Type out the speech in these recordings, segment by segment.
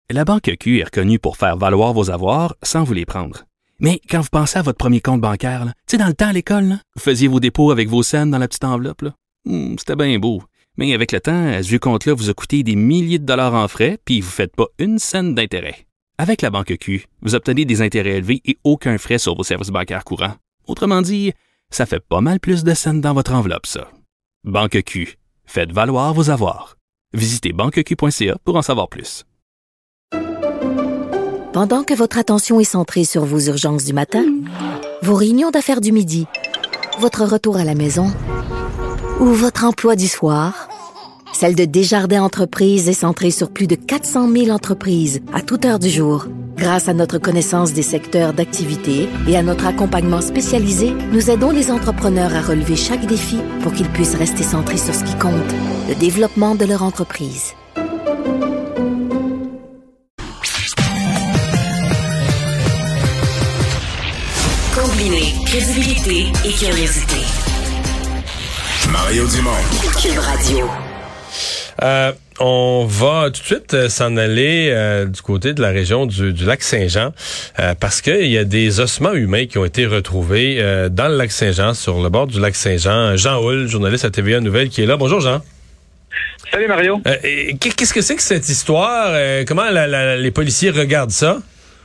La Banque Q est reconnue pour faire valoir vos avoirs sans vous les prendre. Mais quand vous pensez à votre premier compte bancaire, tu sais, dans le temps à l'école, là, vous faisiez vos dépôts avec vos scènes dans la petite enveloppe. Là. C'était bien beau. Mais avec le temps, ce vieux compte-là vous a coûté des milliers de dollars en frais, puis vous ne faites pas une scène d'intérêt. Avec la Banque Q, vous obtenez des intérêts élevés et aucun frais sur vos services bancaires courants. Autrement dit, ça fait pas mal plus de scènes dans votre enveloppe, ça. Banque Q. Faites valoir vos avoirs. Visitez banqueq.ca pour en savoir plus. Pendant que votre attention est centrée sur vos urgences du matin, vos réunions d'affaires du midi, votre retour à la maison ou votre emploi du soir, celle de Desjardins Entreprises est centrée sur plus de 400 000 entreprises à toute heure du jour. Grâce à notre connaissance des secteurs d'activité et à notre accompagnement spécialisé, nous aidons les entrepreneurs à relever chaque défi pour qu'ils puissent rester centrés sur ce qui compte, le développement de leur entreprise. Combiner crédibilité et curiosité. Mario Dumont. Cube Radio. On va tout de suite s'en aller du côté de la région du lac Saint-Jean parce qu'il y a des ossements humains qui ont été retrouvés dans le lac Saint-Jean, sur le bord du lac Saint-Jean. Jean Houle, journaliste à TVA Nouvelles, qui est là. Bonjour Jean. Salut Mario. Qu'est-ce que c'est que cette histoire? Comment les policiers regardent ça?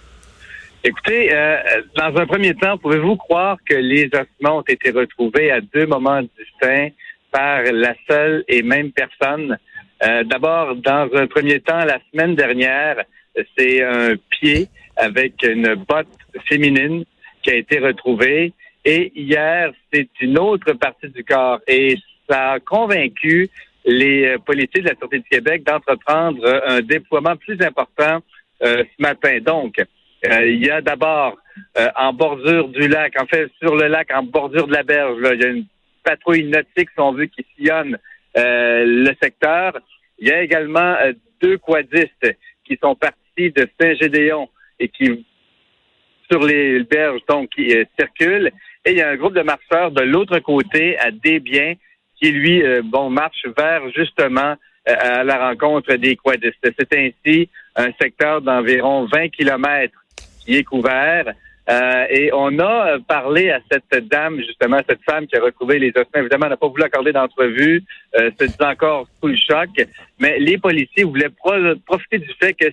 Écoutez, dans un premier temps, pouvez-vous croire que les ossements ont été retrouvés à deux moments distincts par la seule et même personne? D'abord, dans un premier temps, la semaine dernière, c'est un pied avec une botte féminine qui a été retrouvé. Et hier, c'est une autre partie du corps. Et ça a convaincu les policiers de la Sûreté du Québec d'entreprendre un déploiement plus important ce matin. Donc, il y a d'abord en bordure du lac, en fait sur le lac, en bordure de la berge, là, il y a une patrouille nautique, si on veut, qui sillonne le secteur. Il y a également deux quadistes qui sont partis de Saint-Gédéon et qui, sur les berges, donc, qui circulent. Et il y a un groupe de marcheurs de l'autre côté, à Desbiens, qui, lui, marche vers, justement, à la rencontre des quadistes. C'est ainsi un secteur d'environ 20 kilomètres qui est couvert. Et on a parlé à cette dame, justement, cette femme qui a retrouvé les ossements. Évidemment, elle n'a pas voulu accorder d'entrevue, se disant encore sous le choc. Mais les policiers voulaient profiter du fait que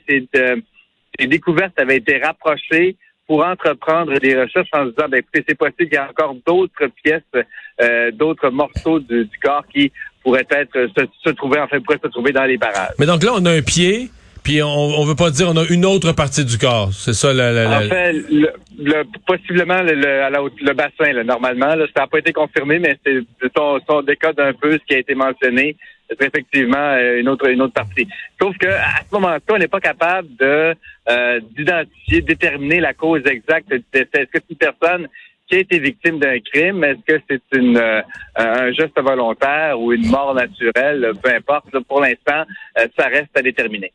ces découvertes avaient été rapprochées pour entreprendre des recherches en se disant, écoutez, c'est possible qu'il y a encore d'autres pièces, d'autres morceaux du corps qui pourraient être pourraient se trouver dans les parages. Mais donc là, on a un pied. Puis on veut pas dire on a une autre partie du corps, c'est ça En fait, possiblement le bassin, là, normalement, là, ça n'a pas été confirmé, mais c'est son décode un peu ce qui a été mentionné. C'est effectivement une autre partie. Sauf que à ce moment-là, on n'est pas capable d'identifier, déterminer la cause exacte du décès. Est-ce que c'est une personne qui a été victime d'un crime? Est-ce que c'est un geste volontaire ou une mort naturelle? Peu importe. Là, pour l'instant, ça reste à déterminer.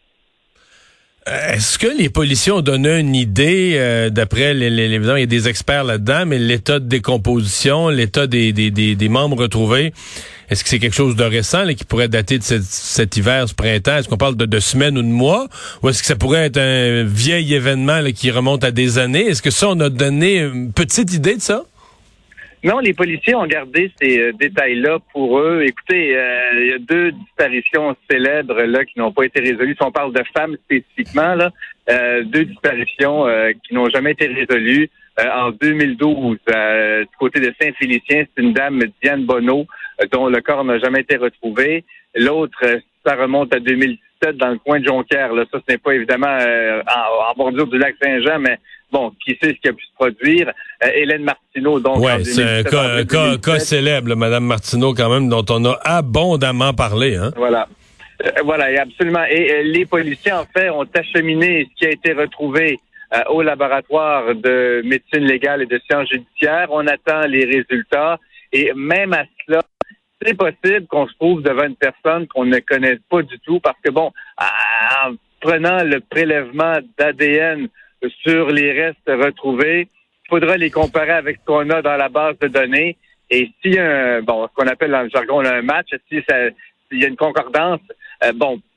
Est-ce que les policiers ont donné une idée, d'après évidemment, il y a des experts là-dedans, mais l'état de décomposition, l'état des membres retrouvés, est-ce que c'est quelque chose de récent là, qui pourrait dater de cet hiver, ce printemps? Est-ce qu'on parle de semaines ou de mois? Ou est-ce que ça pourrait être un vieil événement là, qui remonte à des années? Est-ce que ça, on a donné une petite idée de ça? Non, les policiers ont gardé ces détails-là pour eux. Écoutez, il y a deux disparitions célèbres là qui n'ont pas été résolues. Si on parle de femmes spécifiquement, là, deux disparitions qui n'ont jamais été résolues. En 2012, du côté de Saint-Félicien, c'est une dame, Diane Bonneau, dont le corps n'a jamais été retrouvé. L'autre, ça remonte à 2017 dans le coin de Jonquière. Là, ça, ce n'est pas évidemment en bordure du lac Saint-Jean, mais bon, qui sait ce qui a pu se produire. Hélène Martineau, donc. Ouais, c'est un cas célèbre, là, Madame Martineau, quand même, dont on a abondamment parlé, hein. Voilà. Voilà, absolument. Et les policiers, en fait, ont acheminé ce qui a été retrouvé au laboratoire de médecine légale et de sciences judiciaires. On attend les résultats. Et même à cela, c'est possible qu'on se trouve devant une personne qu'on ne connaît pas du tout parce que, bon, en prenant le prélèvement d'ADN sur les restes retrouvés, il faudra les comparer avec ce qu'on a dans la base de données. Et s'il y a ce qu'on appelle dans le jargon un match, s'il y a une concordance,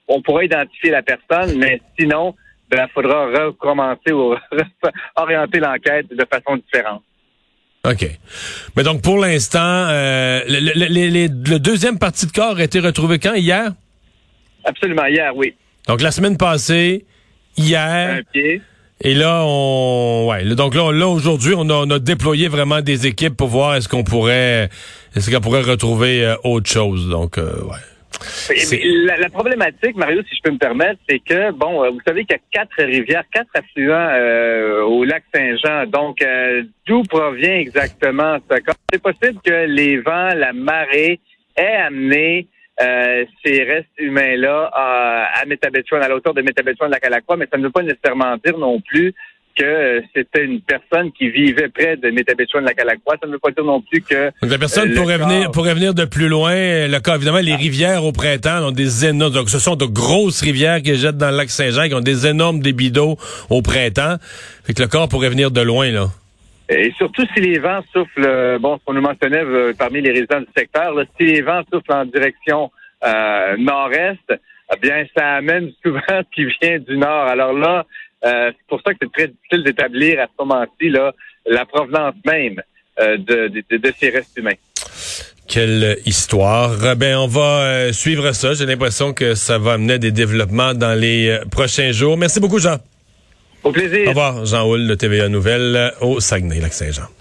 on pourra identifier la personne, mais sinon, il faudra recommencer ou orienter l'enquête de façon différente. OK. Mais donc, pour l'instant, le deuxième partie de corps a été retrouvé quand? Hier? Absolument, hier, oui. Donc, la semaine passée, hier. Un pied. Et là, donc là, aujourd'hui, on a déployé vraiment des équipes pour voir est-ce qu'on pourrait retrouver autre chose. Donc, La problématique, Mario, si je peux me permettre, c'est que, vous savez qu'il y a 4 rivières, 4 affluents au lac Saint-Jean. Donc, d'où provient exactement ce cas? C'est possible que les vents, la marée aient amené ces restes humains-là à Métabetchouan, à la hauteur de Métabetchouan-Lac-à-la-Croix, mais ça ne veut pas nécessairement dire non plus que c'était une personne qui vivait près de Métabetchouan-Lac-à-la-Croix. Ça ne veut pas dire non plus que... Donc la personne pourrait venir de plus loin. Le cas, évidemment, les rivières au printemps ont des énormes... Donc ce sont de grosses rivières qui jettent dans le lac Saint-Jean, qui ont des énormes débits d'eau au printemps. Fait que le corps pourrait venir de loin, là. Et surtout si les vents soufflent, ce qu'on nous mentionnait parmi les résidents du secteur, là, si les vents soufflent en direction nord-est, eh bien, ça amène souvent ce qui vient du nord. Alors là, c'est pour ça que c'est très difficile d'établir à ce moment-ci là la provenance même de ces restes humains. Quelle histoire. On va suivre ça. J'ai l'impression que ça va amener des développements dans les prochains jours. Merci beaucoup, Jean. Au plaisir. Au revoir, Jean Houle de TVA Nouvelles au Saguenay-Lac-Saint-Jean.